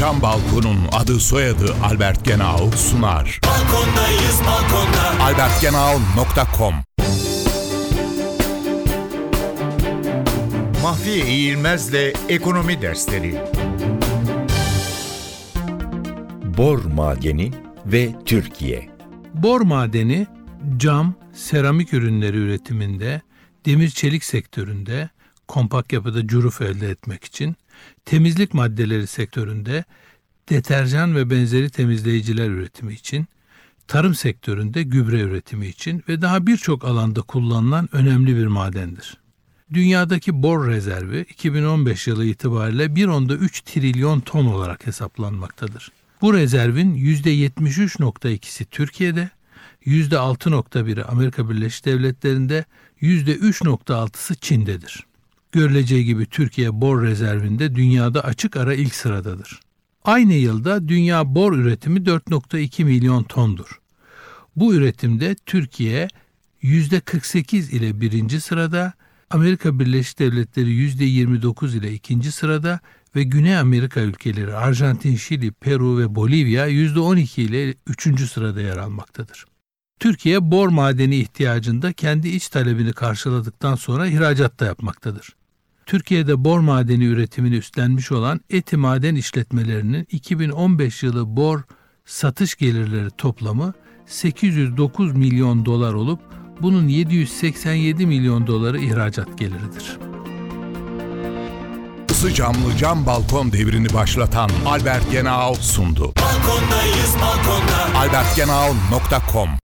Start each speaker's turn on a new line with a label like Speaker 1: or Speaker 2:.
Speaker 1: Cam Balkon'un adı soyadı Albert Genau sunar.
Speaker 2: Balkondayız balkonda.
Speaker 1: albertgenau.com
Speaker 3: Mahfiye İğilmez'le Ekonomi Dersleri. Bor madeni ve Türkiye.
Speaker 4: Bor madeni, cam, seramik ürünleri üretiminde, demir çelik sektöründe, kompakt yapıda cüruf elde etmek için, temizlik maddeleri sektöründe, deterjan ve benzeri temizleyiciler üretimi için, tarım sektöründe gübre üretimi için ve daha birçok alanda kullanılan önemli bir madendir. Dünyadaki bor rezervi 2015 yılı itibariyle 1.3 trilyon ton olarak hesaplanmaktadır. Bu rezervin %73.2'si Türkiye'de, %6.1'i Amerika Birleşik Devletleri'nde, %3.6'sı Çin'dedir. Görüleceği gibi Türkiye bor rezervinde dünyada açık ara ilk sıradadır. Aynı yılda dünya bor üretimi 4.2 milyon tondur. Bu üretimde Türkiye %48 ile birinci sırada, Amerika Birleşik Devletleri %29 ile ikinci sırada ve Güney Amerika ülkeleri Arjantin, Şili, Peru ve Bolivya %12 ile üçüncü sırada yer almaktadır. Türkiye bor madeni ihtiyacında kendi iç talebini karşıladıktan sonra ihracat da yapmaktadır. Türkiye'de bor madeni üretimini üstlenmiş olan Eti Maden İşletmelerinin 2015 yılı bor satış gelirleri toplamı 809 milyon dolar olup bunun 787 milyon doları ihracat geliridir.
Speaker 1: Isı camlı cam balkon devrini başlatan Albert Genau sundu.
Speaker 2: Balkondayız balkonda.
Speaker 1: albertgenau.com